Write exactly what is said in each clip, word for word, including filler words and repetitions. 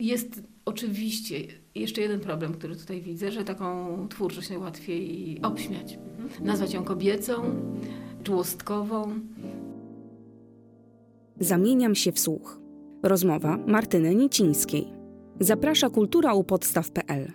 Jest oczywiście jeszcze jeden problem, który tutaj widzę, że taką twórczość najłatwiej obśmiać. Nazwać ją kobiecą, czułostkową. Zamieniam się w słuch. Rozmowa Martyny Nicińskiej. Zaprasza kultura u podstaw kropka pe el.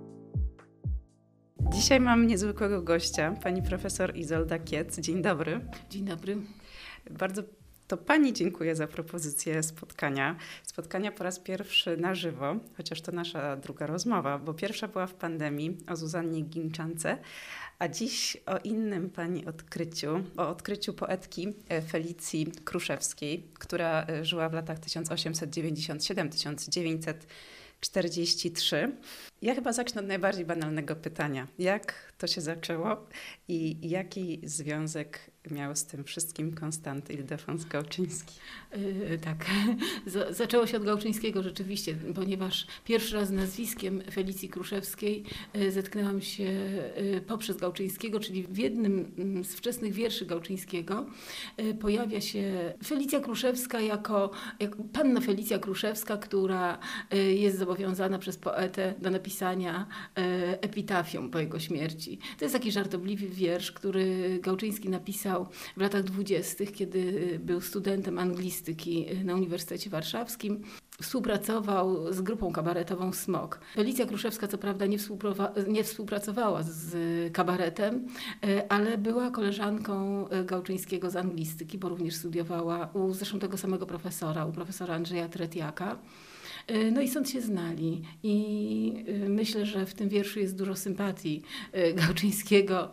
Dzisiaj mam niezwykłego gościa, pani profesor Izolda Kiec. Dzień dobry. Dzień dobry. Bardzo to pani dziękuję za propozycję spotkania. Spotkania po raz pierwszy na żywo, chociaż to nasza druga rozmowa, bo pierwsza była w pandemii o Zuzannie Ginczance, a dziś o innym pani odkryciu, o odkryciu poetki Felicji Kruszewskiej, która żyła w latach tysiąc osiemset dziewięćdziesiąt siedem do tysiąc dziewięćset czterdzieści trzy. Ja chyba zacznę od najbardziej banalnego pytania. Jak to się zaczęło i jaki związek miał z tym wszystkim Konstanty Ildefons Gałczyński? Yy, tak, Z- zaczęło się od Gałczyńskiego rzeczywiście, ponieważ pierwszy raz z nazwiskiem Felicji Kruszewskiej yy, zetknęłam się yy, poprzez Gałczyńskiego, czyli w jednym yy, z wczesnych wierszy Gałczyńskiego yy, pojawia się Felicja Kruszewska jako, jako panna Felicja Kruszewska, która yy, jest zobowiązana przez poetę do napisania yy, epitafium po jego śmierci. To jest taki żartobliwy wiersz, który Gałczyński napisał w latach dwudziestych, kiedy był studentem anglistyki na Uniwersytecie Warszawskim. Współpracował z grupą kabaretową Smok. Felicja Kruszewska co prawda nie, współpro- nie współpracowała z kabaretem, ale była koleżanką Gałczyńskiego z anglistyki, bo również studiowała u zresztą tego samego profesora, u profesora Andrzeja Tretiaka. No i stąd się znali i myślę, że w tym wierszu jest dużo sympatii Gałczyńskiego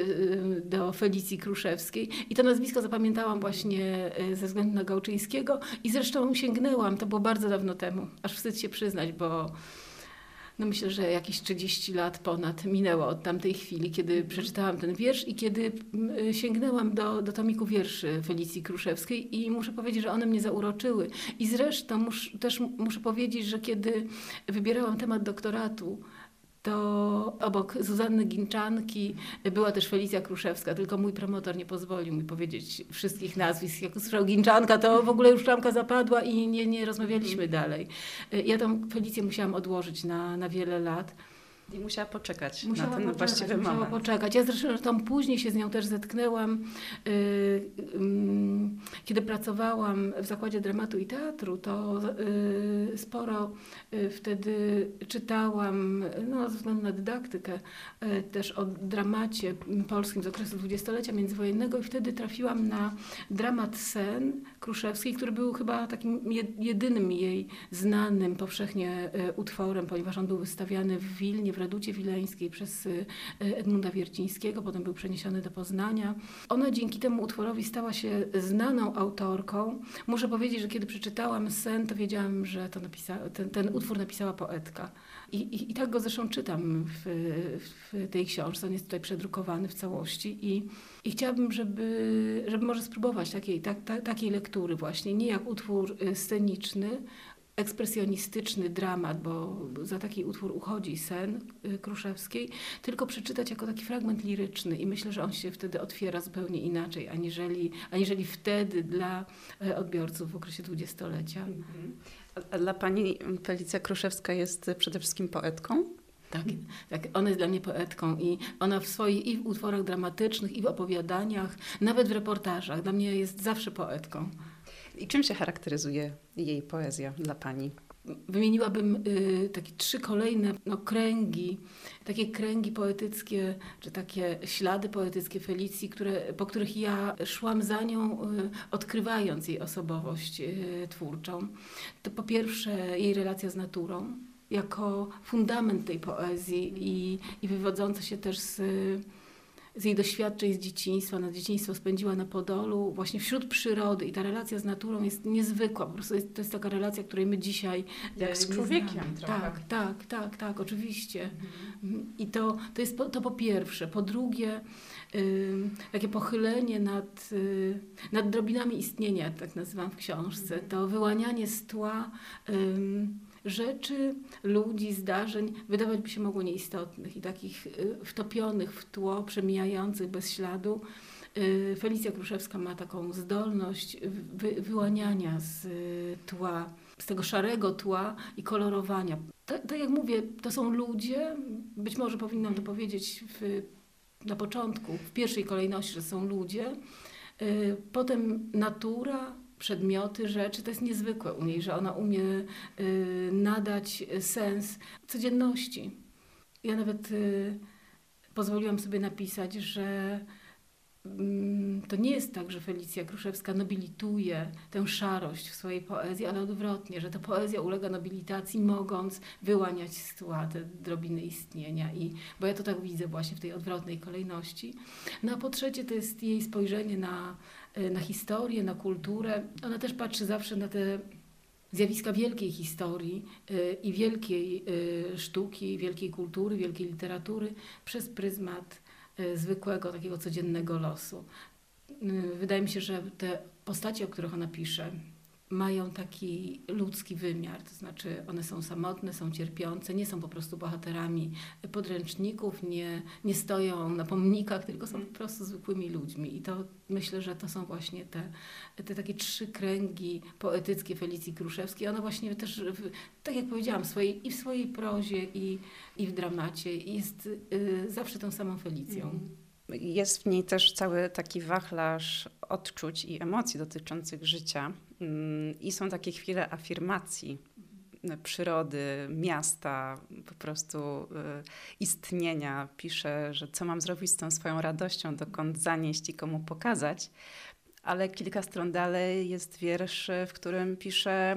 do Felicji Kruszewskiej i to nazwisko zapamiętałam właśnie ze względu na Gałczyńskiego i zresztą sięgnęłam, to było bardzo dawno temu, aż wstyd się przyznać, bo no myślę, że jakieś trzydzieści lat ponad minęło od tamtej chwili, kiedy przeczytałam ten wiersz i kiedy sięgnęłam do, do tomiku wierszy Felicji Kruszewskiej i muszę powiedzieć, że one mnie zauroczyły. I zresztą mus, też muszę powiedzieć, że kiedy wybierałam temat doktoratu, to obok Zuzanny Ginczanki była też Felicja Kruszewska, tylko mój promotor nie pozwolił mi powiedzieć wszystkich nazwisk. Jak usłyszał Ginczanka, to w ogóle już klamka zapadła i nie, nie rozmawialiśmy dalej. Ja tą Felicję musiałam odłożyć na, na wiele lat. I musiała poczekać musiała na ten poczekać, właściwy musiała moment. poczekać. Ja zresztą później się z nią też zetknęłam. Yy, yy, kiedy pracowałam w Zakładzie Dramatu i Teatru, to yy, sporo yy, wtedy czytałam, no, ze względu na dydaktykę, yy, też o dramacie polskim z okresu dwudziestolecia międzywojennego i wtedy trafiłam na dramat Sen Kruszewskiej, który był chyba takim jedynym jej znanym powszechnie yy, utworem, ponieważ on był wystawiany w Wilnie, w Reducie Wileńskiej przez Edmunda Wiercińskiego, potem był przeniesiony do Poznania. Ona dzięki temu utworowi stała się znaną autorką. Muszę powiedzieć, że kiedy przeczytałam Sen, to wiedziałam, że to napisa- ten, ten utwór napisała poetka. I, i, i tak go zresztą czytam w, w tej książce. On jest tutaj przedrukowany w całości i, i chciałabym, żeby, żeby może spróbować takiej, tak, ta, takiej lektury właśnie, nie jak utwór sceniczny, ekspresjonistyczny dramat, bo za taki utwór uchodzi Sen Kruszewskiej, tylko przeczytać jako taki fragment liryczny i myślę, że on się wtedy otwiera zupełnie inaczej, aniżeli, aniżeli wtedy dla odbiorców w okresie dwudziestolecia. A dla pani Felicja Kruszewska jest przede wszystkim poetką? Tak, tak, ona jest dla mnie poetką i ona w swoich i w utworach dramatycznych, i w opowiadaniach, nawet w reportażach, dla mnie jest zawsze poetką. I czym się charakteryzuje jej poezja dla pani? Wymieniłabym y, takie trzy kolejne no, kręgi, takie kręgi poetyckie, czy takie ślady poetyckie Felicji, które, po których ja szłam za nią, y, odkrywając jej osobowość y, twórczą. To po pierwsze jej relacja z naturą, jako fundament tej poezji i, i wywodząca się też z... z jej doświadczeń z dzieciństwa. No, dzieciństwo spędziła na Podolu, właśnie wśród przyrody i ta relacja z naturą jest niezwykła. Po prostu jest, to jest taka relacja, której my dzisiaj jak z nie człowiekiem znamy. trochę. Tak, tak, tak, tak, oczywiście. Mhm. I to, to jest po, to po pierwsze. Po drugie, y, takie pochylenie nad, y, nad drobinami istnienia, tak nazywam w książce. To wyłanianie z tła y, rzeczy, ludzi, zdarzeń, wydawać by się mogło nieistotnych i takich wtopionych w tło, przemijających bez śladu. Felicja Kruszewska ma taką zdolność wy, wyłaniania z tła z tego szarego tła i kolorowania. Tak, tak jak mówię, to są ludzie, być może powinnam to powiedzieć w, na początku, w pierwszej kolejności, że są ludzie, y, potem natura, przedmioty, rzeczy, to jest niezwykłe u niej, że ona umie y, nadać sens codzienności. Ja nawet y, pozwoliłam sobie napisać, że to nie jest tak, że Felicja Kruszewska nobilituje tę szarość w swojej poezji, ale odwrotnie, że ta poezja ulega nobilitacji, mogąc wyłaniać z tła te drobiny istnienia. I, bo ja to tak widzę właśnie w tej odwrotnej kolejności. No a po trzecie to jest jej spojrzenie na, na historię, na kulturę. Ona też patrzy zawsze na te zjawiska wielkiej historii i wielkiej sztuki, wielkiej kultury, wielkiej literatury przez pryzmat zwykłego, takiego codziennego losu. Wydaje mi się, że te postacie, o których ona pisze, mają taki ludzki wymiar, to znaczy one są samotne, są cierpiące, nie są po prostu bohaterami podręczników, nie, nie stoją na pomnikach, tylko są po prostu zwykłymi ludźmi. I to myślę, że to są właśnie te, te takie trzy kręgi poetyckie Felicji Kruszewskiej. Ona właśnie też, w, tak jak powiedziałam, swojej, i w swojej prozie, i, i w dramacie jest y, zawsze tą samą Felicją. Mm. Jest w niej też cały taki wachlarz odczuć i emocji dotyczących życia i są takie chwile afirmacji przyrody, miasta, po prostu istnienia. Pisze, że co mam zrobić z tą swoją radością, dokąd zanieść i komu pokazać. Ale kilka stron dalej jest wiersz, w którym pisze: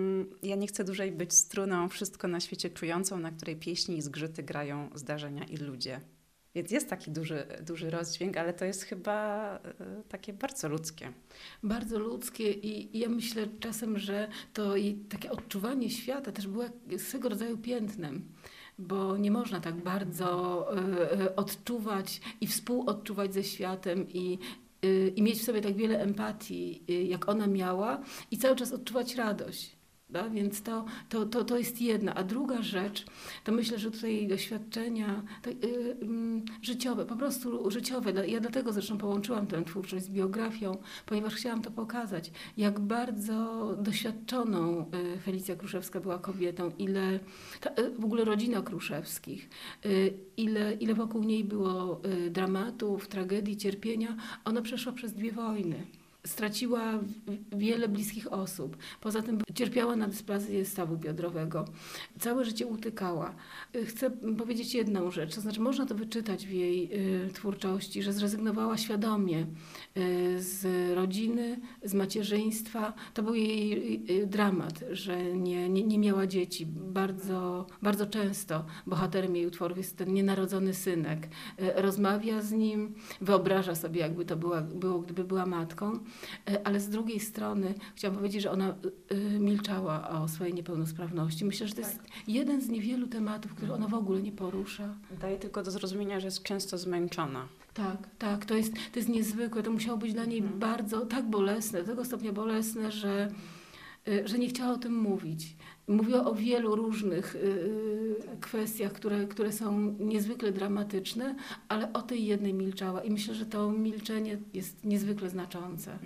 ja nie chcę dłużej być struną wszystko na świecie czującą, na której pieśni i zgrzyty grają zdarzenia i ludzie. Więc jest taki duży, duży rozdźwięk, ale to jest chyba takie bardzo ludzkie. Bardzo ludzkie i, i ja myślę czasem, że to jej takie odczuwanie świata też było swego rodzaju piętnem, bo nie można tak bardzo y, odczuwać i współodczuwać ze światem i, y, i mieć w sobie tak wiele empatii, y, jak ona miała i cały czas odczuwać radość. Da? Więc to, to, to, to jest jedna. A druga rzecz, to myślę, że tutaj doświadczenia to, y, y, życiowe, po prostu życiowe. Ja dlatego zresztą połączyłam tę twórczość z biografią, ponieważ chciałam to pokazać, jak bardzo doświadczoną y, Felicja Kruszewska była kobietą, ile ta, y, w ogóle rodzina Kruszewskich, y, ile, ile wokół niej było y, dramatów, tragedii, cierpienia. Ona przeszła przez dwie wojny. Straciła wiele bliskich osób. Poza tym cierpiała na dysplazję stawu biodrowego. Całe życie utykała. Chcę powiedzieć jedną rzecz, to znaczy można to wyczytać w jej y, twórczości, że zrezygnowała świadomie y, z rodziny, z macierzyństwa. To był jej y, dramat, że nie, nie, nie miała dzieci. Bardzo, bardzo często bohaterem jej utworów jest ten nienarodzony synek. Y, rozmawia z nim, wyobraża sobie, jakby to była, było, gdyby była matką. Ale z drugiej strony chciałam powiedzieć, że ona y, milczała o swojej niepełnosprawności. Myślę, że to tak. jest jeden z niewielu tematów, które ona w ogóle nie porusza. Daje tylko do zrozumienia, że jest często zmęczona. Tak, tak, to jest, to jest niezwykłe. To musiało być dla niej hmm. bardzo tak bolesne, do tego stopnia bolesne, że, y, że nie chciała o tym mówić. Mówiła o wielu różnych y, kwestiach, które, które są niezwykle dramatyczne, ale o tej jednej milczała i myślę, że to milczenie jest niezwykle znaczące.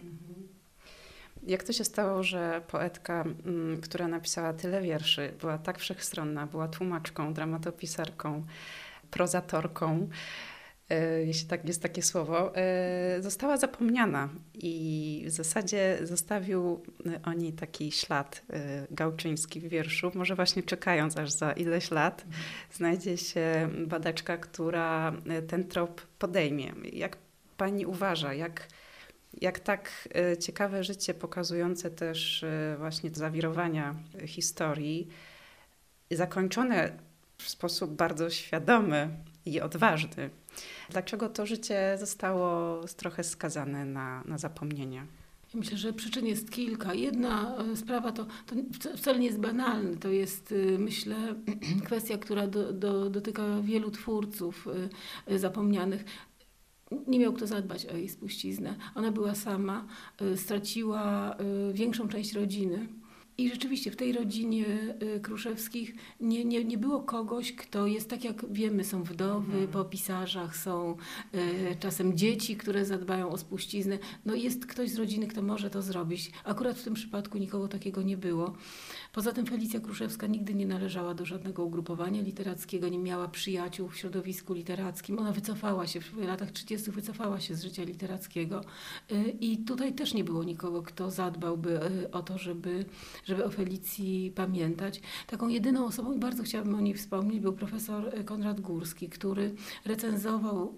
Jak to się stało, że poetka, m, która napisała tyle wierszy, była tak wszechstronna, była tłumaczką, dramatopisarką, prozatorką, y, jeśli tak jest takie słowo, y, została zapomniana i w zasadzie zostawił o niej taki ślad y, Gałczyński w wierszu. Może właśnie czekając aż za ileś lat mhm. znajdzie się badaczka, która ten trop podejmie. Jak pani uważa, jak, jak tak y, ciekawe życie pokazujące też y, właśnie zawirowania historii, zakończone w sposób bardzo świadomy i odważny, dlaczego to życie zostało trochę skazane na, na zapomnienie? Myślę, że przyczyn jest kilka. Jedna sprawa to, to wcale nie jest banalne. To jest, myślę, kwestia, która do, do, dotyka wielu twórców zapomnianych. Nie miał kto zadbać o jej spuściznę. Ona była sama, straciła większą część rodziny. I rzeczywiście w tej rodzinie Kruszewskich nie, nie, nie było kogoś, kto jest tak jak wiemy, są wdowy mhm. po pisarzach, są y, czasem dzieci, które zadbają o spuściznę. No jest ktoś z rodziny, kto może to zrobić. Akurat w tym przypadku nikogo takiego nie było. Poza tym Felicja Kruszewska nigdy nie należała do żadnego ugrupowania literackiego, nie miała przyjaciół w środowisku literackim. Ona wycofała się, w latach trzydziestych wycofała się z życia literackiego. Y, I tutaj też nie było nikogo, kto zadbałby y, o to, żeby żeby o Felicji pamiętać. Taką jedyną osobą, i bardzo chciałabym o niej wspomnieć, był profesor Konrad Górski, który recenzował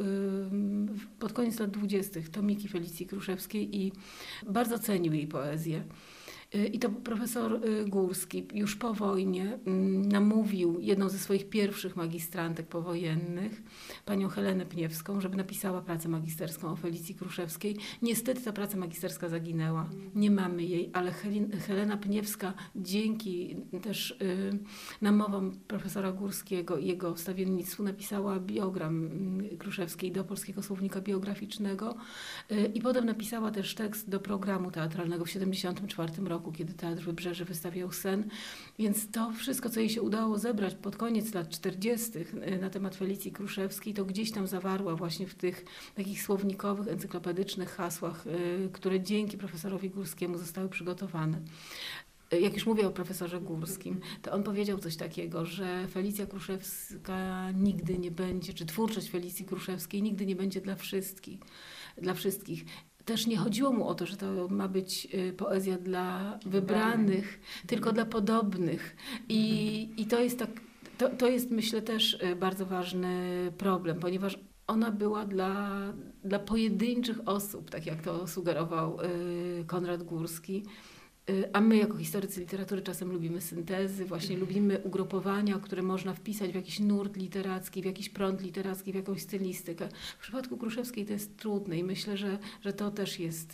y, pod koniec lat dwudziestych tomiki Felicji Kruszewskiej i bardzo cenił jej poezję. I to profesor Górski już po wojnie namówił jedną ze swoich pierwszych magistrantek powojennych, panią Helenę Pniewską, żeby napisała pracę magisterską o Felicji Kruszewskiej. Niestety ta praca magisterska zaginęła. Nie mamy jej, ale Helena Pniewska dzięki też y, namowom profesora Górskiego i jego wstawiennictwu napisała biogram Kruszewskiej do Polskiego Słownika Biograficznego y, i potem napisała też tekst do programu teatralnego w siedemdziesiątym czwartym roku, kiedy Teatr Wybrzeże wystawiał Sen. Więc to wszystko, co jej się udało zebrać pod koniec lat czterdziestych na temat Felicji Kruszewskiej, to gdzieś tam zawarła właśnie w tych takich słownikowych, encyklopedycznych hasłach, które dzięki profesorowi Górskiemu zostały przygotowane. Jak już mówię o profesorze Górskim, to on powiedział coś takiego, że Felicja Kruszewska nigdy nie będzie, czy twórczość Felicji Kruszewskiej nigdy nie będzie dla wszystkich. Dla wszystkich. Też nie chodziło mu o to, że to ma być poezja dla wybranych, tylko dla podobnych. I, i to jest tak, to, to jest myślę też bardzo ważny problem, ponieważ ona była dla, dla pojedynczych osób, tak jak to sugerował Konrad Górski. A my jako historycy literatury czasem lubimy syntezy, właśnie lubimy ugrupowania, które można wpisać w jakiś nurt literacki, w jakiś prąd literacki, w jakąś stylistykę. W przypadku Kruszewskiej to jest trudne i myślę, że, że to też jest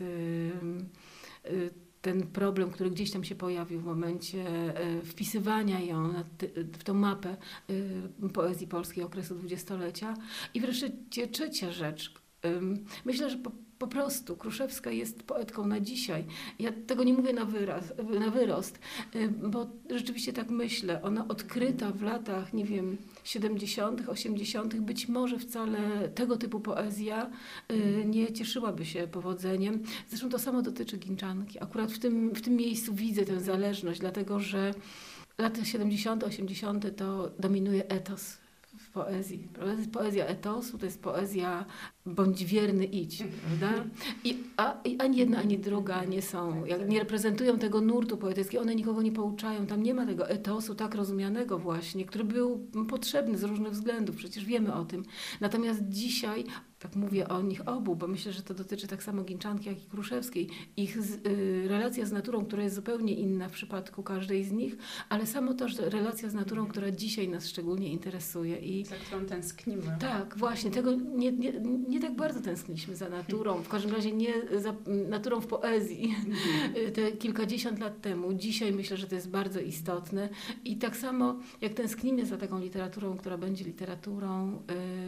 yy, yy, ten problem, który gdzieś tam się pojawił w momencie yy, wpisywania ją na ty, w tą mapę yy, poezji polskiej okresu dwudziestolecia. I wreszcie trzecia rzecz. Yy, myślę, że po, Po prostu Kruszewska jest poetką na dzisiaj. Ja tego nie mówię na, wyraz, na wyrost, bo rzeczywiście tak myślę. Ona odkryta w latach, nie wiem, siedemdziesiątych, osiemdziesiątych, być może wcale tego typu poezja nie cieszyłaby się powodzeniem. Zresztą to samo dotyczy Ginczanki. Akurat w tym, w tym miejscu widzę tę zależność, dlatego że lata siedemdziesiąte, osiemdziesiąte to dominuje etos w poezji. Poezja etosu to jest poezja bądź wierny idź, prawda? I, a, I ani jedna, ani druga nie są, jak nie reprezentują tego nurtu poetyckiego, one nikogo nie pouczają, tam nie ma tego etosu tak rozumianego właśnie, który był potrzebny z różnych względów, przecież wiemy o tym. Natomiast dzisiaj, tak mówię o nich obu, bo myślę, że to dotyczy tak samo Ginczanki, jak i Kruszewskiej, ich z, y, relacja z naturą, która jest zupełnie inna w przypadku każdej z nich, ale samo to, że relacja z naturą, która dzisiaj nas szczególnie interesuje. I za którą tęsknimy. Tak, właśnie, tego nie, nie, nie tak bardzo tęskniliśmy za naturą, w każdym razie nie za naturą w poezji te kilkadziesiąt lat temu. Dzisiaj myślę, że to jest bardzo istotne i tak samo jak tęsknimy za taką literaturą, która będzie literaturą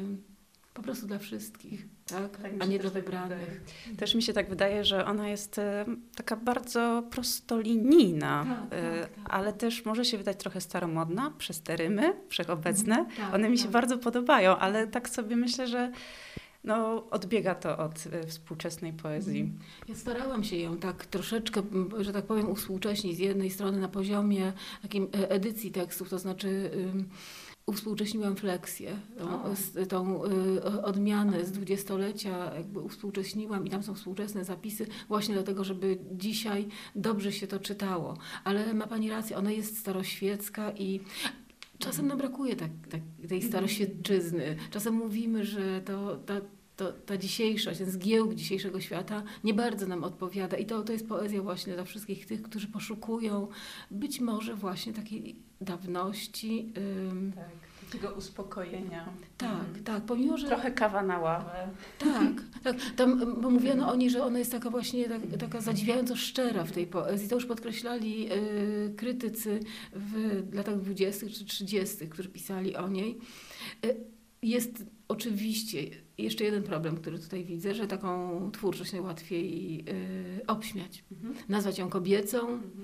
y, po prostu dla wszystkich, tak? Tak, a nie dla wybranych. Tak też mi się tak wydaje, że ona jest e, taka bardzo prostolinijna, tak, e, tak, tak. ale też może się wydać trochę staromodna przez te rymy wszechobecne. Mhm, tak, One mi się tak. bardzo podobają, ale tak sobie myślę, że no, odbiega to od e, współczesnej poezji. Ja starałam się ją tak troszeczkę, że tak powiem, uwspółcześnić z jednej strony na poziomie takim edycji tekstów, to znaczy y, uwspółcześniłam fleksję, tą, z, tą y, odmianę z dwudziestolecia jakby uwspółcześniłam i tam są współczesne zapisy właśnie dlatego, żeby dzisiaj dobrze się to czytało. Ale ma pani rację, ona jest staroświecka i czasem nam brakuje tak, tak, tej staroświecczyzny. Czasem mówimy, że to, ta, to, ta dzisiejszość, ten zgiełk dzisiejszego świata nie bardzo nam odpowiada. I to, to jest poezja właśnie dla wszystkich tych, którzy poszukują być może właśnie takiej dawności. Ym, tak, takiego uspokojenia. Tak, mhm. tak. Pomimo, że... Trochę kawa na ławę. Tak, tak. Tam, bo mówiono o niej, że ona jest taka właśnie tak, taka zadziwiająco szczera w tej poezji. To już podkreślali y, krytycy w latach dwudziestych czy trzydziestych, którzy pisali o niej. Y, jest oczywiście jeszcze jeden problem, który tutaj widzę, że taką twórczość najłatwiej y, obśmiać. Mhm. Nazwać ją kobiecą, mhm.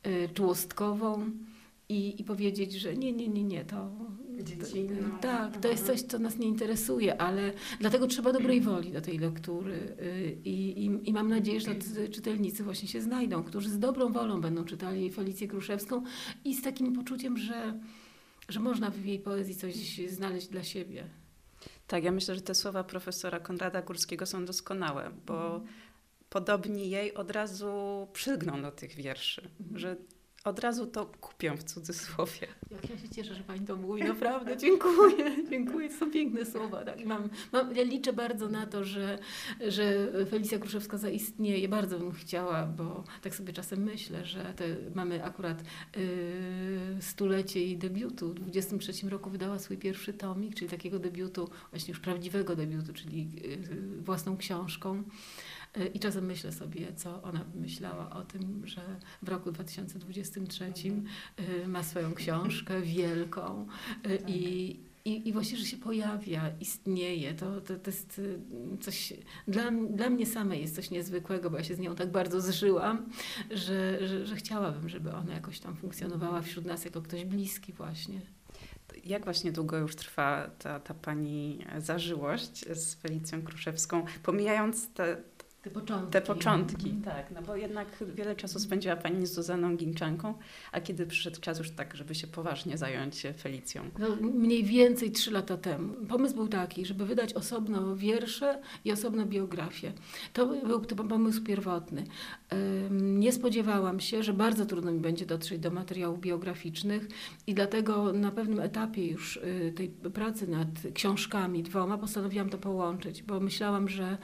y, czułostkową i, i powiedzieć, że nie, nie, nie, nie, to... Dziecinną. Tak, to jest coś, co nas nie interesuje, ale dlatego trzeba dobrej woli do tej lektury y, i, i, i mam nadzieję, że tacy czytelnicy właśnie się znajdą, którzy z dobrą wolą będą czytali Felicję Kruszewską i z takim poczuciem, że, że można w jej poezji coś znaleźć dla siebie. Tak, ja myślę, że te słowa profesora Konrada Górskiego są doskonałe, bo mm. podobni jej od razu przylgną do tych wierszy, mm. że od razu to kupią w cudzysłowie. Jak ja się cieszę, że pani to mówi, naprawdę dziękuję, dziękuję, to są piękne słowa. Tak. I mam, mam, ja liczę bardzo na to, że, że Felicja Kruszewska zaistnieje, bardzo bym chciała, bo tak sobie czasem myślę, że te, mamy akurat yy, stulecie jej debiutu. W dwudziestym trzecim roku wydała swój pierwszy tomik, czyli takiego debiutu, właśnie już prawdziwego debiutu, czyli yy, własną książką. I czasem myślę sobie, co ona myślała o tym, że w roku dwa tysiące dwudziestym trzecim ma swoją książkę wielką i, i, i właśnie, że się pojawia, istnieje. To, to, to jest coś, dla, dla mnie samej jest coś niezwykłego, bo ja się z nią tak bardzo zżyłam, że, że, że chciałabym, żeby ona jakoś tam funkcjonowała wśród nas jako ktoś bliski właśnie. Jak właśnie długo już trwa ta, ta pani zażyłość z Felicją Kruszewską, pomijając te Te początki. Te początki, mm. tak. No bo jednak wiele czasu spędziła pani z Zuzanną Ginczanką, a kiedy przyszedł czas już tak, żeby się poważnie zająć Felicją? No, mniej więcej trzy lata temu. Pomysł był taki, żeby wydać osobno wiersze i osobno biografię. To był to pomysł pierwotny. Nie spodziewałam się, że bardzo trudno mi będzie dotrzeć do materiałów biograficznych i dlatego na pewnym etapie już tej pracy nad książkami dwoma postanowiłam to połączyć, bo myślałam, że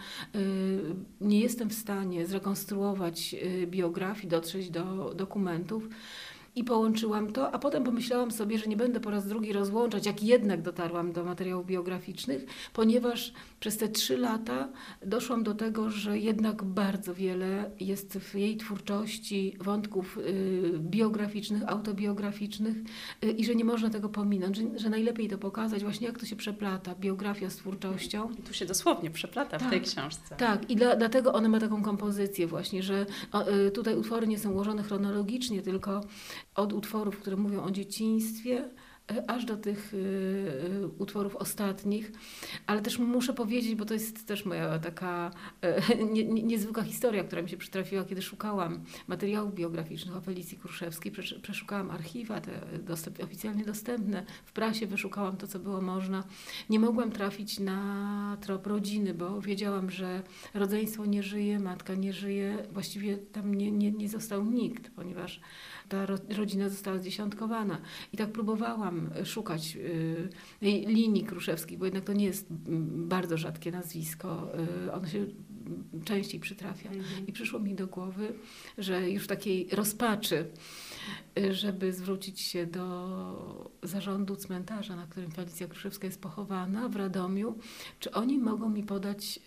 nie jestem w stanie zrekonstruować biografii, dotrzeć do dokumentów. I połączyłam to, a potem pomyślałam sobie, że nie będę po raz drugi rozłączać, jak jednak dotarłam do materiałów biograficznych, ponieważ przez te trzy lata doszłam do tego, że jednak bardzo wiele jest w jej twórczości wątków y, biograficznych, autobiograficznych y, i że nie można tego pominąć, że, że najlepiej to pokazać właśnie, jak to się przeplata, biografia z twórczością. I tu się dosłownie przeplata tak, w tej książce. Tak, i dla, dlatego ona ma taką kompozycję właśnie, że y, tutaj utwory nie są ułożone chronologicznie, tylko od utworów, które mówią o dzieciństwie, aż do tych y, utworów ostatnich, ale też muszę powiedzieć, bo to jest też moja taka y, nie, nie, niezwykła historia, która mi się przytrafiła, kiedy szukałam materiałów biograficznych o Felicji Kruszewskiej. Przeszukałam archiwa, te dostęp, oficjalnie dostępne, w prasie wyszukałam to, co było można. Nie mogłam trafić na trop rodziny, bo wiedziałam, że rodzeństwo nie żyje, matka nie żyje, właściwie tam nie, nie, nie został nikt, ponieważ ta rodzina została zdziesiątkowana. I tak próbowałam szukać y, linii Kruszewskiej, bo jednak to nie jest bardzo rzadkie nazwisko. Y, ono się częściej przytrafia. Mhm. I przyszło mi do głowy, że już w takiej rozpaczy, y, żeby zwrócić się do zarządu cmentarza, na którym Felicja Kruszewska jest pochowana w Radomiu, czy oni mogą mi podać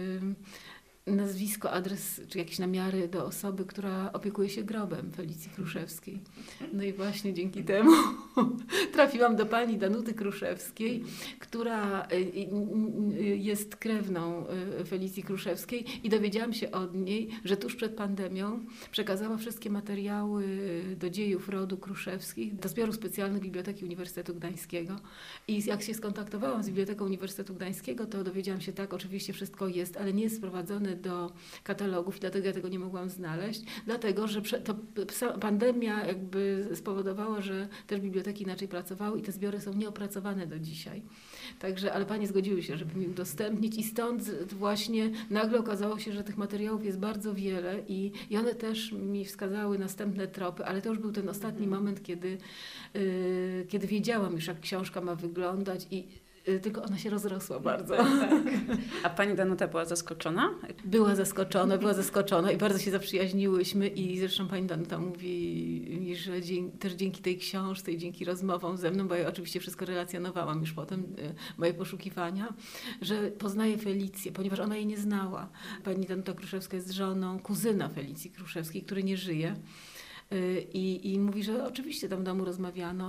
y, nazwisko, adres, czy jakieś namiary do osoby, która opiekuje się grobem Felicji Kruszewskiej. No i właśnie dzięki temu trafiłam do pani Danuty Kruszewskiej, która jest krewną Felicji Kruszewskiej i dowiedziałam się od niej, że tuż przed pandemią przekazała wszystkie materiały do dziejów rodu Kruszewskich do zbioru specjalnych Biblioteki Uniwersytetu Gdańskiego. I jak się skontaktowałam z Biblioteką Uniwersytetu Gdańskiego, to dowiedziałam się, tak, oczywiście wszystko jest, ale nie jest sprowadzone do katalogów i dlatego ja tego nie mogłam znaleźć, dlatego, że to pandemia jakby spowodowała, że też biblioteki inaczej pracowały i te zbiory są nieopracowane do dzisiaj. Także, ale panie zgodziły się, żeby mi udostępnić i stąd właśnie nagle okazało się, że tych materiałów jest bardzo wiele i, i one też mi wskazały następne tropy, ale to już był ten ostatni moment, kiedy, yy, kiedy wiedziałam już, jak książka ma wyglądać i tylko ona się rozrosła bardzo. Tak. A pani Danuta była zaskoczona? Była zaskoczona, była zaskoczona i bardzo się zaprzyjaźniłyśmy i zresztą pani Danuta mówi, że dzięki, też dzięki tej książce i dzięki rozmowom ze mną, bo ja oczywiście wszystko relacjonowałam już potem, moje poszukiwania, że poznaje Felicję, ponieważ ona jej nie znała. Pani Danuta Kruszewska jest żoną kuzyna Felicji Kruszewskiej, który nie żyje. I, I mówi, że oczywiście tam w domu rozmawiano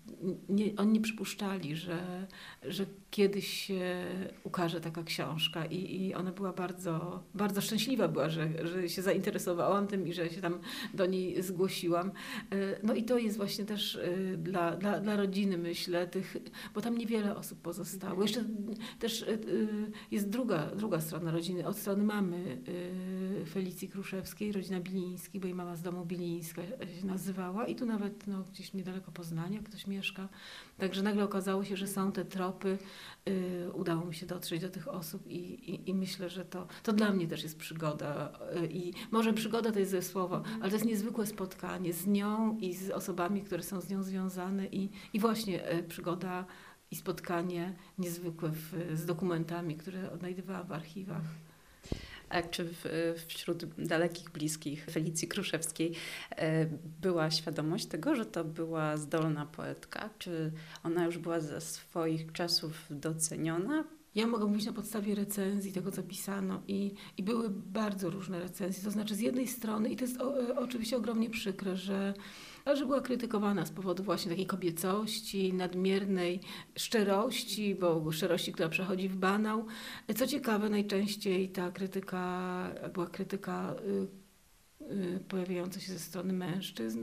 nie, oni nie przypuszczali, że, że kiedyś się ukaże taka książka i, i ona była bardzo, bardzo szczęśliwa była, że, że się zainteresowałam tym i że się tam do niej zgłosiłam. No i to jest właśnie też dla, dla, dla rodziny, myślę, tych, bo tam niewiele osób pozostało. Jeszcze też jest druga, druga strona rodziny, od strony mamy Felicji Kruszewskiej, rodzina Bilińskich, bo jej mama z domu Bilińska się nazywała i tu nawet no, gdzieś niedaleko Poznania ktoś mieszka. Także nagle okazało się, że są te tropy. Yy, udało mi się dotrzeć do tych osób i, i, i myślę, że to, to dla mnie też jest przygoda. Yy, I może przygoda to jest złe słowo, ale to jest niezwykłe spotkanie z nią i z osobami, które są z nią związane i, i właśnie yy, przygoda i spotkanie niezwykłe w, z dokumentami, które odnajdywałam w archiwach. A czy w, wśród dalekich, bliskich Felicji Kruszewskiej była świadomość tego, że to była zdolna poetka? Czy ona już była ze swoich czasów doceniona? Ja mogę mówić na podstawie recenzji, tego co pisano i, i były bardzo różne recenzje. To znaczy z jednej strony, i to jest o, oczywiście ogromnie przykre, że, że była krytykowana z powodu właśnie takiej kobiecości, nadmiernej szczerości, bo szczerości, która przechodzi w banał. Co ciekawe, najczęściej ta krytyka była krytyka y, y, pojawiająca się ze strony mężczyzn.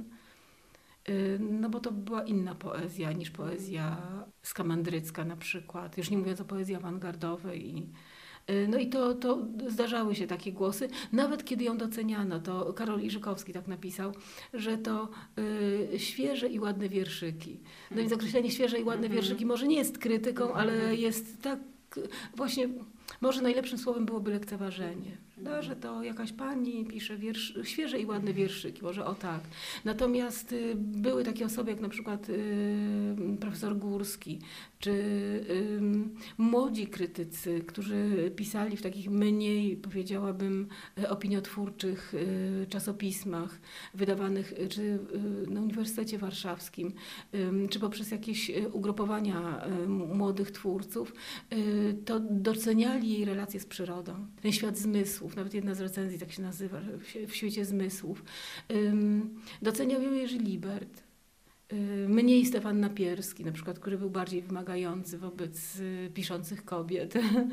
No bo to była inna poezja niż poezja skamandrycka na przykład, już nie mówiąc o poezji awangardowej. I, no i to, to zdarzały się takie głosy. Nawet kiedy ją doceniano, to Karol Iżykowski tak napisał, że to y, świeże i ładne wierszyki. No więc określenie świeże i ładne wierszyki może nie jest krytyką, ale jest tak właśnie, może najlepszym słowem byłoby lekceważenie. No, że to jakaś pani pisze wiersz, świeże i ładne wierszyki, może o tak. Natomiast y, były takie osoby jak na przykład y, profesor Górski, czy y, młodzi krytycy, którzy pisali w takich mniej, powiedziałabym, opiniotwórczych y, czasopismach wydawanych y, czy y, na Uniwersytecie Warszawskim, y, czy poprzez jakieś ugrupowania y, młodych twórców, y, to doceniali jej relacje z przyrodą. Ten świat zmysłów. Nawet jedna z recenzji tak się nazywa, w świecie zmysłów. Um, doceniał ją Jerzy Libert, um, mniej Stefan Napierski, na przykład, który był bardziej wymagający wobec y, piszących kobiet.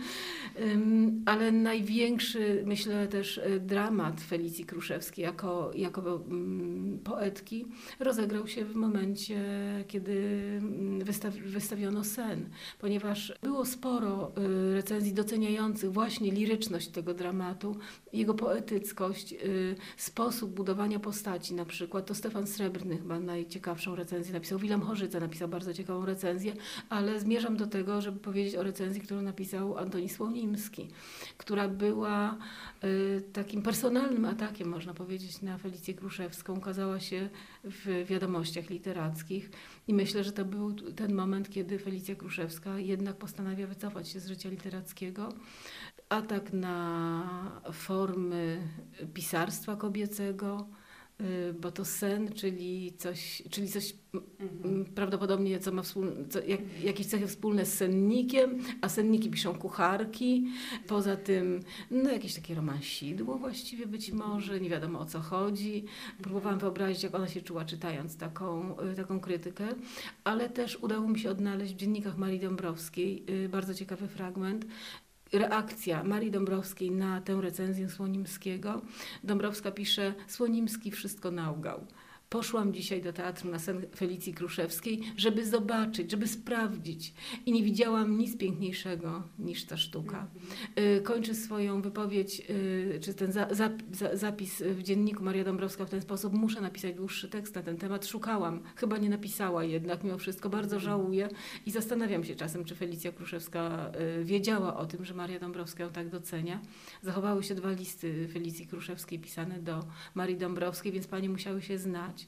um, ale największy, myślę, też dramat Felicji Kruszewskiej jako, jako um, poetki rozegrał się w momencie, kiedy wystaw, wystawiono Sen, ponieważ było sporo y, recenzji doceniających właśnie liryczność tego dramatu, jego poetyckość, y, sposób budowania postaci na przykład. To Stefan Srebrny chyba najciekawszą recenzję napisał. Wilam Chorzyca napisał bardzo ciekawą recenzję, ale zmierzam do tego, żeby powiedzieć o recenzji, którą napisał Antoni Słonimski, która była y, takim personalnym atakiem, można powiedzieć, na Felicję Kruszewską. Ukazała się w wiadomościach literackich i myślę, że to był ten moment, kiedy Felicja Kruszewska jednak postanawia wycofać się z życia literackiego. Atak na formy pisarstwa kobiecego, bo to sen, czyli coś, czyli coś mhm. prawdopodobnie, co ma wspólne, co, jak, jakieś cechy wspólne z sennikiem, a senniki piszą kucharki. Poza tym no, jakieś takie romansidło właściwie być może, nie wiadomo o co chodzi. Próbowałam wyobrazić, jak ona się czuła czytając taką, taką krytykę, ale też udało mi się odnaleźć w dziennikach Marii Dąbrowskiej bardzo ciekawy fragment. Reakcja Marii Dąbrowskiej na tę recenzję Słonimskiego. Dąbrowska pisze: Słonimski wszystko naugał. Poszłam dzisiaj do teatru na Sen Felicji Kruszewskiej, żeby zobaczyć, żeby sprawdzić i nie widziałam nic piękniejszego niż ta sztuka. Kończy swoją wypowiedź, czy ten za, za, za, zapis w dzienniku Maria Dąbrowska w ten sposób: muszę napisać dłuższy tekst na ten temat. Szukałam, chyba nie napisała jednak, mimo wszystko bardzo żałuję i zastanawiam się czasem, czy Felicja Kruszewska wiedziała o tym, że Maria Dąbrowska ją tak docenia. Zachowały się dwa listy Felicji Kruszewskiej pisane do Marii Dąbrowskiej, więc panie musiały się znać.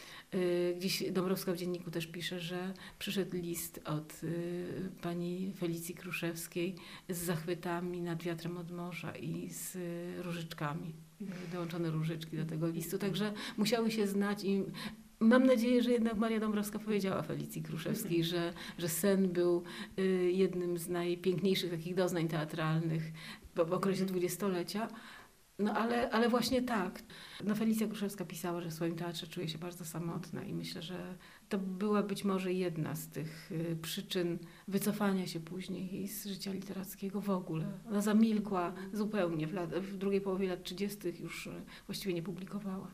Gdzieś Dąbrowska w dzienniku też pisze, że przyszedł list od pani Felicji Kruszewskiej z zachwytami nad wiatrem od morza i z różyczkami. Dołączone różyczki do tego listu. Także musiały się znać i mam nadzieję, że jednak Maria Dąbrowska powiedziała Felicji Kruszewskiej, że, że Sen był jednym z najpiękniejszych takich doznań teatralnych w okresie dwudziestolecia. No ale, ale właśnie tak. No Felicja Kruszewska pisała, że w swoim teatrze czuje się bardzo samotna i myślę, że to była być może jedna z tych y, przyczyn wycofania się później jej z życia literackiego w ogóle. Ona zamilkła zupełnie w, lat, w drugiej połowie lat trzydziestych już y, właściwie nie publikowała.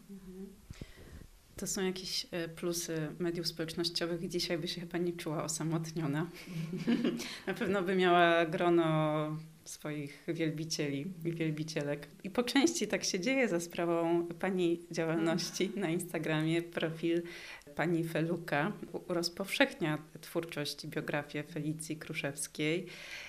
To są jakieś plusy mediów społecznościowych. Dzisiaj by się chyba nie czuła osamotniona. Na pewno by miała grono swoich wielbicieli i wielbicielek. I po części tak się dzieje za sprawą pani działalności na Instagramie. Profil pani Feluka rozpowszechnia twórczość i biografię Felicji Kruszewskiej.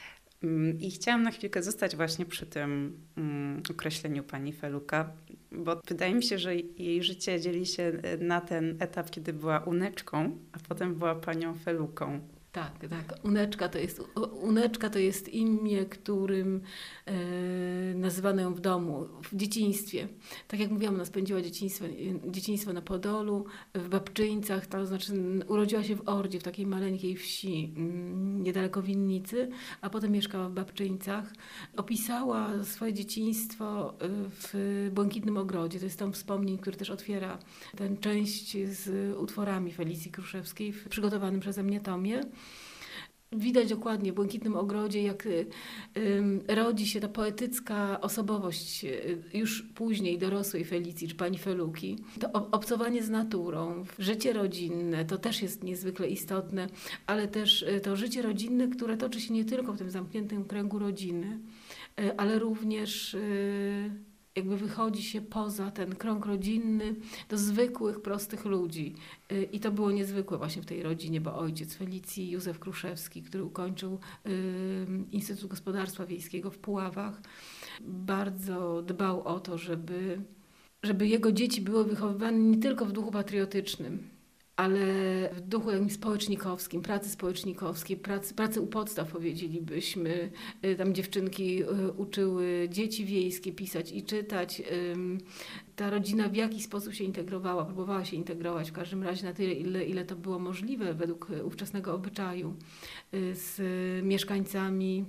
I chciałam na chwilkę zostać właśnie przy tym um, określeniu pani Feluka, bo wydaje mi się, że jej życie dzieli się na ten etap, kiedy była Uneczką, a potem była panią Feluką. Tak, tak. Uneczka to jest, Uneczka to jest imię, którym e, nazywano ją w domu, w dzieciństwie. Tak jak mówiłam, ona spędziła dzieciństwo, dzieciństwo na Podolu, w Babczyńcach, to znaczy urodziła się w Ordzie, w takiej maleńkiej wsi m, niedaleko Winnicy, a potem mieszkała w Babczyńcach. Opisała swoje dzieciństwo w Błękitnym Ogrodzie. To jest tom wspomnień, który też otwiera tę część z utworami Felicji Kruszewskiej w przygotowanym przeze mnie tomie. Widać dokładnie w Błękitnym Ogrodzie, jak y, y, rodzi się ta poetycka osobowość y, już później dorosłej Felicji, czy pani Feluki. To obcowanie z naturą, życie rodzinne, to też jest niezwykle istotne, ale też y, to życie rodzinne, które toczy się nie tylko w tym zamkniętym kręgu rodziny, y, ale również y, jakby wychodzi się poza ten krąg rodzinny do zwykłych, prostych ludzi. I to było niezwykłe właśnie w tej rodzinie, bo ojciec Felicji, Józef Kruszewski, który ukończył Instytut Gospodarstwa Wiejskiego w Puławach, bardzo dbał o to, żeby, żeby jego dzieci były wychowywane nie tylko w duchu patriotycznym, ale w duchu takim społecznikowskim, pracy społecznikowskiej, pracy, pracy u podstaw, powiedzielibyśmy. Tam dziewczynki uczyły dzieci wiejskie pisać i czytać. Ta rodzina w jakiś sposób się integrowała, próbowała się integrować, w każdym razie na tyle, ile, ile to było możliwe według ówczesnego obyczaju, z mieszkańcami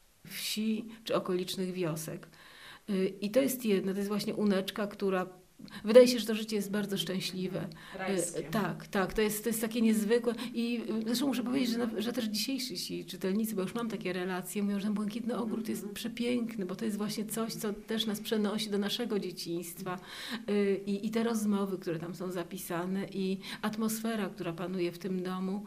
wsi czy okolicznych wiosek. I to jest jedno, to jest właśnie Uneczka, która wydaje się, że to życie jest bardzo szczęśliwe. Rajskie. Tak, tak, to jest, to jest takie niezwykłe i zresztą muszę powiedzieć, że, że też dzisiejsi czytelnicy, bo już mam takie relacje, mówią, że ten Błękitny Ogród jest przepiękny, bo to jest właśnie coś, co też nas przenosi do naszego dzieciństwa i, i te rozmowy, które tam są zapisane i atmosfera, która panuje w tym domu,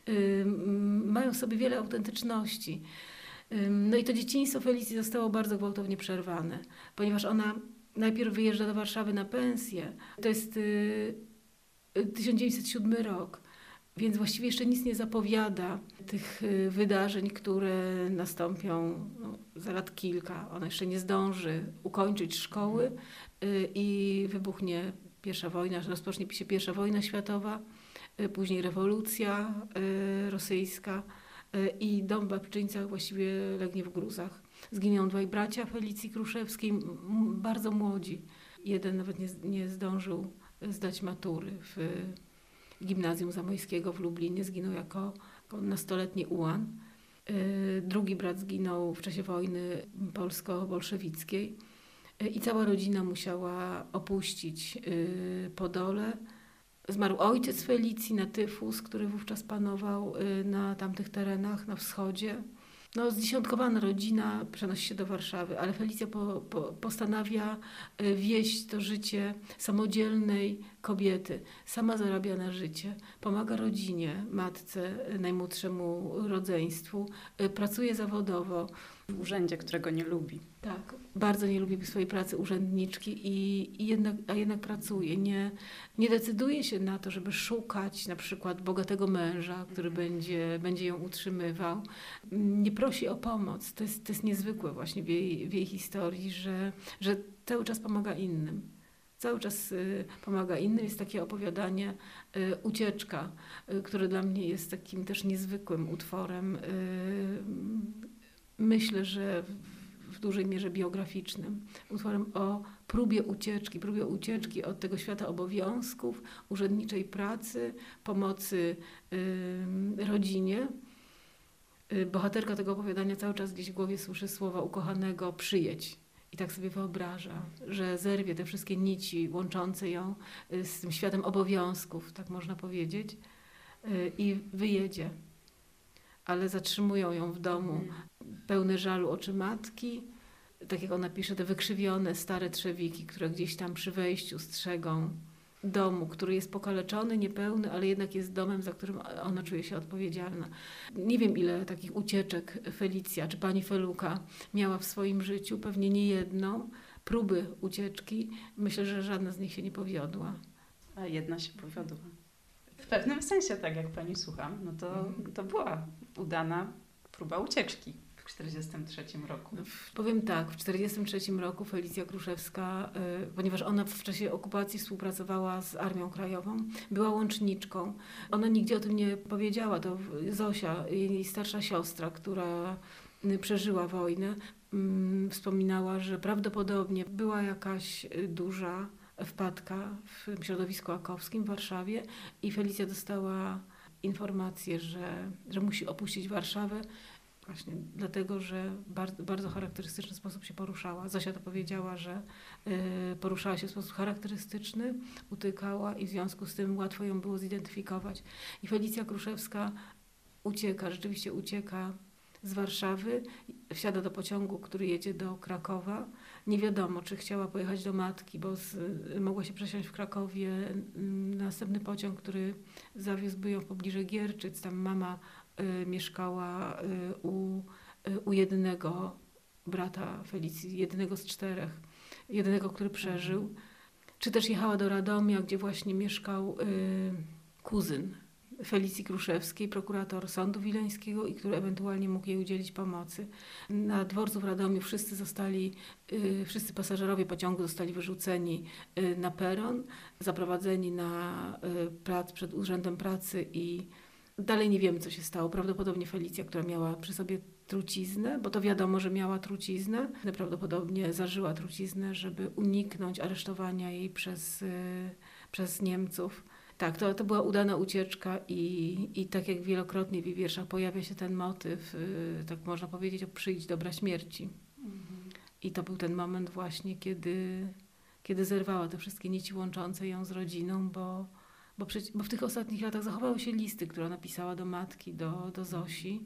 mają w sobie wiele autentyczności. No i to dzieciństwo Felicji zostało bardzo gwałtownie przerwane, ponieważ ona najpierw wyjeżdża do Warszawy na pensję. To jest y, tysiąc dziewięćset siódmy rok, więc właściwie jeszcze nic nie zapowiada tych y, wydarzeń, które nastąpią no, za lat kilka. Ona jeszcze nie zdąży ukończyć szkoły y, i wybuchnie pierwsza wojna, rozpocznie się pierwsza wojna światowa, y, później rewolucja y, rosyjska y, i dom w Babczyńcach właściwie legnie w gruzach. Zginą dwaj bracia Felicji Kruszewskiej, bardzo młodzi. Jeden nawet nie, nie zdążył zdać matury w Gimnazjum Zamojskiego w Lublinie. Zginął jako, jako nastoletni ułan. Drugi brat zginął w czasie wojny polsko-bolszewickiej. I cała rodzina musiała opuścić Podole. Zmarł ojciec Felicji na tyfus, który wówczas panował na tamtych terenach, na wschodzie. No, zdziesiątkowana rodzina przenosi się do Warszawy, ale Felicja po, po, postanawia wieść to życie samodzielnej kobiety. Sama zarabia na życie, pomaga rodzinie, matce, najmłodszemu rodzeństwu, pracuje zawodowo. W urzędzie, którego nie lubi. Tak, bardzo nie lubi swojej pracy urzędniczki, i, i jednak, a jednak pracuje. Nie, nie decyduje się na to, żeby szukać na przykład bogatego męża, który będzie, będzie ją utrzymywał. Nie prosi o pomoc. To jest, to jest niezwykłe właśnie w jej, w jej historii, że, że cały czas pomaga innym. Cały czas y, pomaga innym. Jest takie opowiadanie y, Ucieczka, y, które dla mnie jest takim też niezwykłym utworem. Y, Myślę, że w dużej mierze biograficznym, utworem o próbie ucieczki, próbie ucieczki od tego świata obowiązków, urzędniczej pracy, pomocy y, rodzinie. Y, bohaterka tego opowiadania cały czas gdzieś w głowie słyszy słowa ukochanego przyjedź. I tak sobie wyobraża, że zerwie te wszystkie nici łączące ją z tym światem obowiązków, tak można powiedzieć, i wyjedzie. Ale zatrzymują ją w domu, pełne żalu oczy matki, tak jak ona pisze, te wykrzywione stare trzewiki, które gdzieś tam przy wejściu strzegą domu, który jest pokaleczony, niepełny, ale jednak jest domem, za którym ona czuje się odpowiedzialna. Nie wiem, ile takich ucieczek Felicja czy pani Feluka miała w swoim życiu, pewnie nie jedną. Próby ucieczki, myślę, że żadna z nich się nie powiodła. A jedna się powiodła. W pewnym sensie, tak jak pani słucham, no to, to była udana próba ucieczki w czterdziestym trzecim roku. Powiem tak, w czterdziestym trzecim roku Felicja Kruszewska, y, ponieważ ona w czasie okupacji współpracowała z Armią Krajową, była łączniczką. Ona nigdzie o tym nie powiedziała. To Zosia, jej starsza siostra, która przeżyła wojnę, y, wspominała, że prawdopodobnie była jakaś duża wpadka w środowisku akowskim w Warszawie i Felicja dostała informację, że, że musi opuścić Warszawę właśnie dlatego, że w bardzo, bardzo charakterystyczny sposób się poruszała. Zosia to powiedziała, że y, poruszała się w sposób charakterystyczny, utykała i w związku z tym łatwo ją było zidentyfikować. I Felicja Kruszewska ucieka, rzeczywiście ucieka z Warszawy, wsiada do pociągu, który jedzie do Krakowa. Nie wiadomo, czy chciała pojechać do matki, bo z, mogła się przesiąść w Krakowie na następny pociąg, który zawiózłby ją w pobliże Gierczyc. Tam mama y, mieszkała y, u, y, u jednego brata Felicji, jednego z czterech, jednego, który przeżył. Czy też jechała do Radomia, gdzie właśnie mieszkał y, kuzyn Felicji Kruszewskiej, prokurator Sądu Wileńskiego i który ewentualnie mógł jej udzielić pomocy. Na dworcu w Radomiu wszyscy zostali, y, wszyscy pasażerowie pociągu zostali wyrzuceni y, na peron, zaprowadzeni na y, plac przed Urzędem Pracy i dalej nie wiemy, co się stało. Prawdopodobnie Felicja, która miała przy sobie truciznę, bo to wiadomo, że miała truciznę, prawdopodobnie zażyła truciznę, żeby uniknąć aresztowania jej przez, y, przez Niemców. Tak, to, to była udana ucieczka i, i tak jak wielokrotnie w jej wierszach pojawia się ten motyw, yy, tak można powiedzieć, o przyjdź dobra śmierci. Mhm. I to był ten moment właśnie, kiedy, kiedy zerwała te wszystkie nici łączące ją z rodziną, bo, bo, przecież, bo w tych ostatnich latach zachowały się listy, które napisała do matki, do, do Zosi.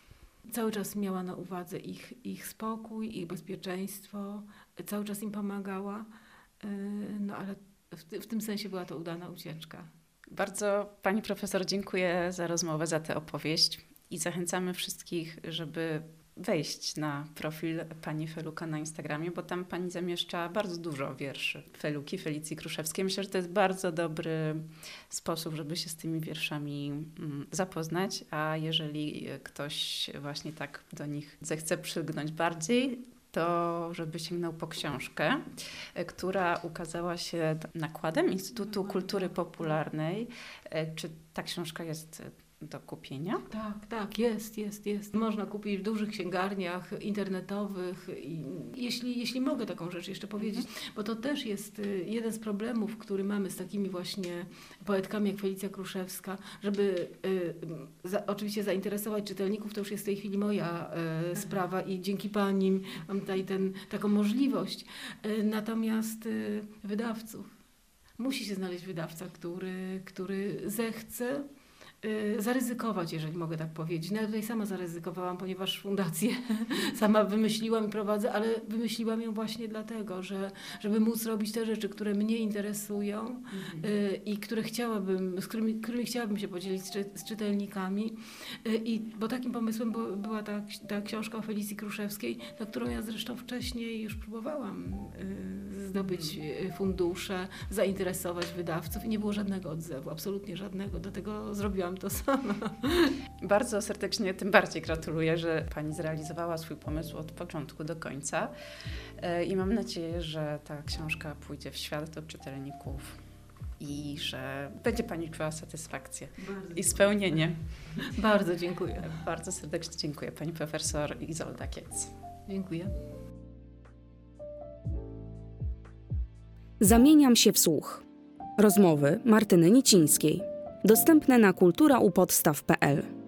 Cały czas miała na uwadze ich, ich spokój, ich bezpieczeństwo, cały czas im pomagała, yy, no ale w, w tym sensie była to udana ucieczka. Bardzo pani profesor dziękuję za rozmowę, za tę opowieść i zachęcamy wszystkich, żeby wejść na profil pani Feluka na Instagramie, bo tam pani zamieszcza bardzo dużo wierszy Feluki, Felicji Kruszewskiej. Myślę, że to jest bardzo dobry sposób, żeby się z tymi wierszami zapoznać, a jeżeli ktoś właśnie tak do nich zechce przygnąć bardziej, to żeby sięgnął po książkę, która ukazała się nakładem Instytutu Kultury Popularnej. Czy ta książka jest do kupienia? Tak, tak, jest, jest, jest. Można kupić w dużych księgarniach internetowych. I jeśli, jeśli mogę taką rzecz jeszcze powiedzieć, bo to też jest jeden z problemów, który mamy z takimi właśnie poetkami jak Felicja Kruszewska, żeby y, za, oczywiście zainteresować czytelników, to już jest w tej chwili moja y, sprawa i dzięki pani mam tutaj ten, taką możliwość. Y, natomiast y, wydawców. Musi się znaleźć wydawca, który, który zechce zaryzykować, jeżeli mogę tak powiedzieć. No ja tutaj sama zaryzykowałam, ponieważ fundację sama wymyśliłam i prowadzę, ale wymyśliłam ją właśnie dlatego, że żeby móc robić te rzeczy, które mnie interesują mhm. y, i które chciałabym, z którymi, którymi chciałabym się podzielić z, czy, z czytelnikami. Y, I bo takim pomysłem by, była ta, ta książka o Felicji Kruszewskiej, na którą ja zresztą wcześniej już próbowałam y, zdobyć mhm. fundusze, zainteresować wydawców i nie było żadnego odzewu, absolutnie żadnego. Dlatego zrobiłam to sama. Bardzo serdecznie, tym bardziej gratuluję, że pani zrealizowała swój pomysł od początku do końca i mam nadzieję, że ta książka pójdzie w świat do czytelników i że będzie pani czuła satysfakcję bardzo i spełnienie. Bardzo dziękuję. Bardzo serdecznie dziękuję. Pani profesor Izolda Kiec. Dziękuję. Zamieniam się w słuch. Rozmowy Martyny Nicińskiej. Dostępne na kultura u podstaw kropka p l.